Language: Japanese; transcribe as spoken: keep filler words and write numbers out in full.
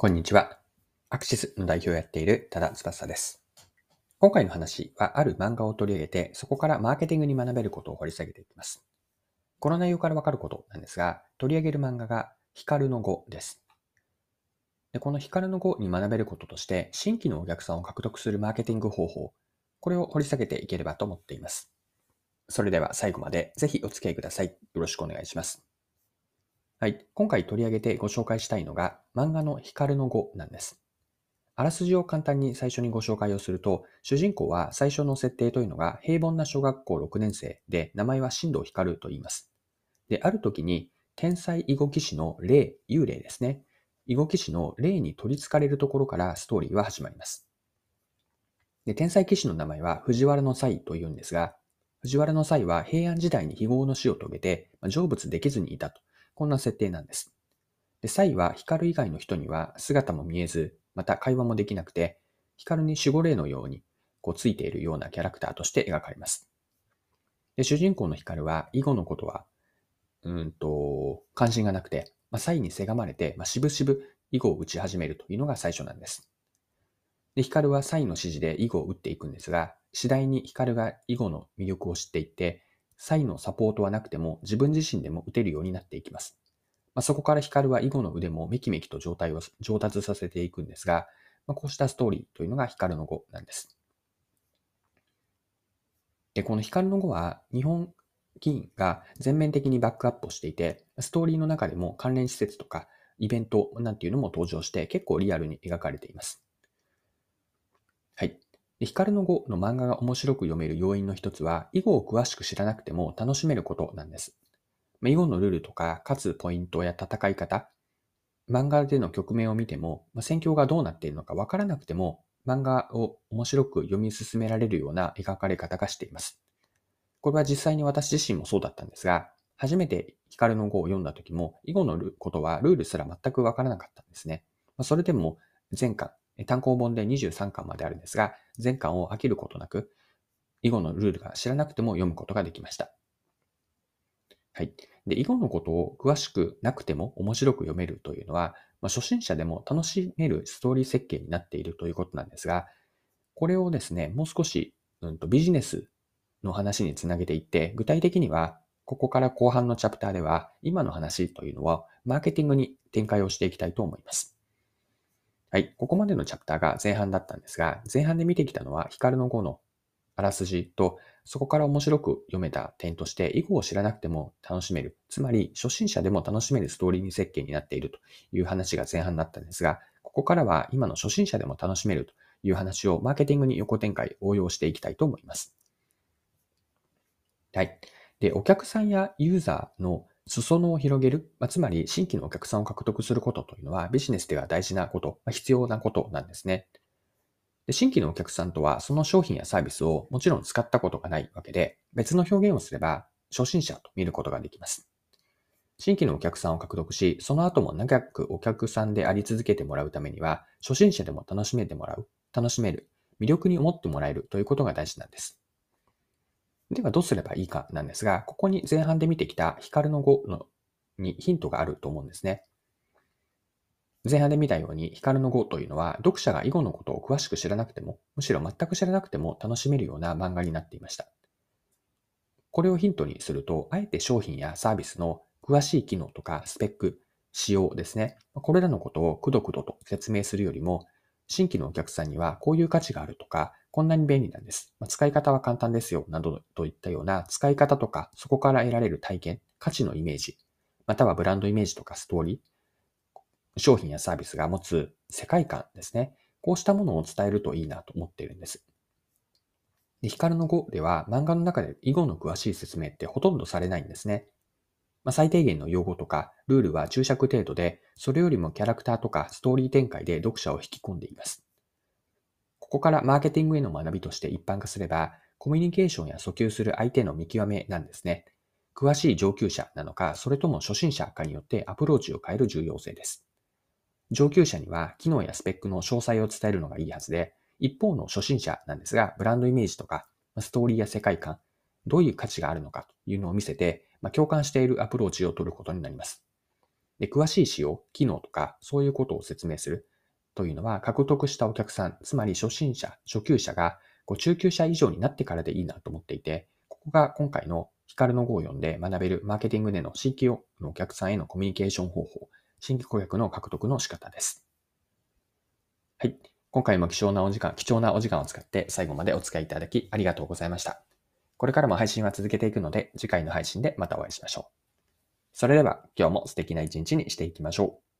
こんにちは。アクシスの代表をやっている多田翼です。今回の話はある漫画を取り上げて、そこからマーケティングに学べることを掘り下げていきます。この内容からわかることなんですが、取り上げる漫画がヒカルの碁です。でこのヒカルの碁に学べることとして、新規のお客さんを獲得するマーケティング方法、これを掘り下げていければと思っています。それでは最後までぜひお付き合いください。よろしくお願いします。はい。今回取り上げてご紹介したいのが漫画のヒカルの碁なんです。あらすじを簡単に最初にご紹介をすると、主人公は最初の設定というのが平凡な小学校ろくねん生で、名前は進藤光と言います。で、ある時に天才囲碁棋士の霊、幽霊ですね。囲碁棋士の霊に取り憑かれるところからストーリーは始まります。で、天才棋士の名前は藤原の才というんですが、藤原の才は平安時代に非業の死を遂げて、成仏できずにいたと。こんな設定なんです。で、サイは光以外の人には姿も見えず、また会話もできなくて、光に守護霊のようにこうついているようなキャラクターとして描かれます。で、主人公の光は囲碁のことは、うんと、関心がなくて、まあ、サイにせがまれて、まあ、しぶしぶ囲碁を打ち始めるというのが最初なんです。で、光はサイの指示で囲碁を打っていくんですが、次第に光が囲碁の魅力を知っていって、サイのサポートはなくても自分自身でも打てるようになっていきます。まあ、そこから光は囲碁の腕もめきめきと状態を上達させていくんですが、まあ、こうしたストーリーというのが光の碁なんです。で、この光の碁は日本棋院が全面的にバックアップをしていて、ストーリーの中でも関連施設とかイベントなんていうのも登場して結構リアルに描かれています。はい。で光の碁の漫画が面白く読める要因の一つは、囲碁を詳しく知らなくても楽しめることなんです。まあ囲碁のルールとか、勝つポイントや戦い方、漫画での局面を見ても、まあ、戦況がどうなっているのかわからなくても、漫画を面白く読み進められるような描かれ方がしています。これは実際に私自身もそうだったんですが、初めて光の碁を読んだ時も、囲碁のことはルールすら全くわからなかったんですね。まあ、それでも全巻、単行本でにじゅうさんかんまであるんですが、全巻を飽きることなく、囲碁のルールが知らなくても読むことができました。はい。で、囲碁のことを詳しくなくても面白く読めるというのは、まあ、初心者でも楽しめるストーリー設計になっているということなんですが、これをですね、もう少し、うんと、ビジネスの話につなげていって、具体的には、ここから後半のチャプターでは、今の話というのは、マーケティングに展開をしていきたいと思います。はい。ここまでのチャプターが前半だったんですが、前半で見てきたのは、光の碁のあらすじと、そこから面白く読めた点として、囲碁を知らなくても楽しめる。つまり、初心者でも楽しめるストーリー設計になっているという話が前半だったんですが、ここからは今の初心者でも楽しめるという話をマーケティングに横展開、応用していきたいと思います。はい。で、お客さんやユーザーの裾野を広げる、まあ、つまり新規のお客さんを獲得することというのはビジネスでは大事なこと、まあ、必要なことなんですね。で、新規のお客さんとは、その商品やサービスをもちろん使ったことがないわけで、別の表現をすれば、初心者と見ることができます。新規のお客さんを獲得し、その後も長くお客さんであり続けてもらうためには、初心者でも楽しめてもらう、楽しめる、魅力に思ってもらえるということが大事なんです。ではどうすればいいかなんですが、ここに前半で見てきた光の語のにヒントがあると思うんですね。前半で見たように、光の碁というのは、読者が囲碁のことを詳しく知らなくても、むしろ全く知らなくても楽しめるような漫画になっていました。これをヒントにすると、あえて商品やサービスの詳しい機能とかスペック、仕様ですね。これらのことをくどくどと説明するよりも、新規のお客さんにはこういう価値があるとか、こんなに便利なんです。使い方は簡単ですよ、などといったような使い方とか、そこから得られる体験、価値のイメージ、またはブランドイメージとかストーリー、商品やサービスが持つ世界観ですね。こうしたものを伝えるといいなと思っているんです。で、光の語では漫画の中で囲碁の詳しい説明ってほとんどされないんですね。まあ、最低限の用語とかルールは注釈程度で、それよりもキャラクターとかストーリー展開で読者を引き込んでいます。ここからマーケティングへの学びとして一般化すれば、コミュニケーションや訴求する相手の見極めなんですね。詳しい上級者なのか、それとも初心者かによってアプローチを変える重要性です。上級者には機能やスペックの詳細を伝えるのがいいはずで、一方の初心者なんですが、ブランドイメージとか、ストーリーや世界観、どういう価値があるのかというのを見せて、まあ、共感しているアプローチを取ることになります。で、詳しい仕様、機能とか、そういうことを説明する。 というのは獲得したお客さん、つまり初心者、初級者がこう中級者以上になってからでいいなと思っていて、ここが今回のヒカルのごを読んで学べるマーケティングでの新規のお客さんへのコミュニケーション方法、新規顧客の獲得の仕方です。はい。今回も貴重なお時間、貴重なお時間を使って最後までお付き合いいただきありがとうございました。これからも配信は続けていくので、次回の配信でまたお会いしましょう。それでは今日も素敵な一日にしていきましょう。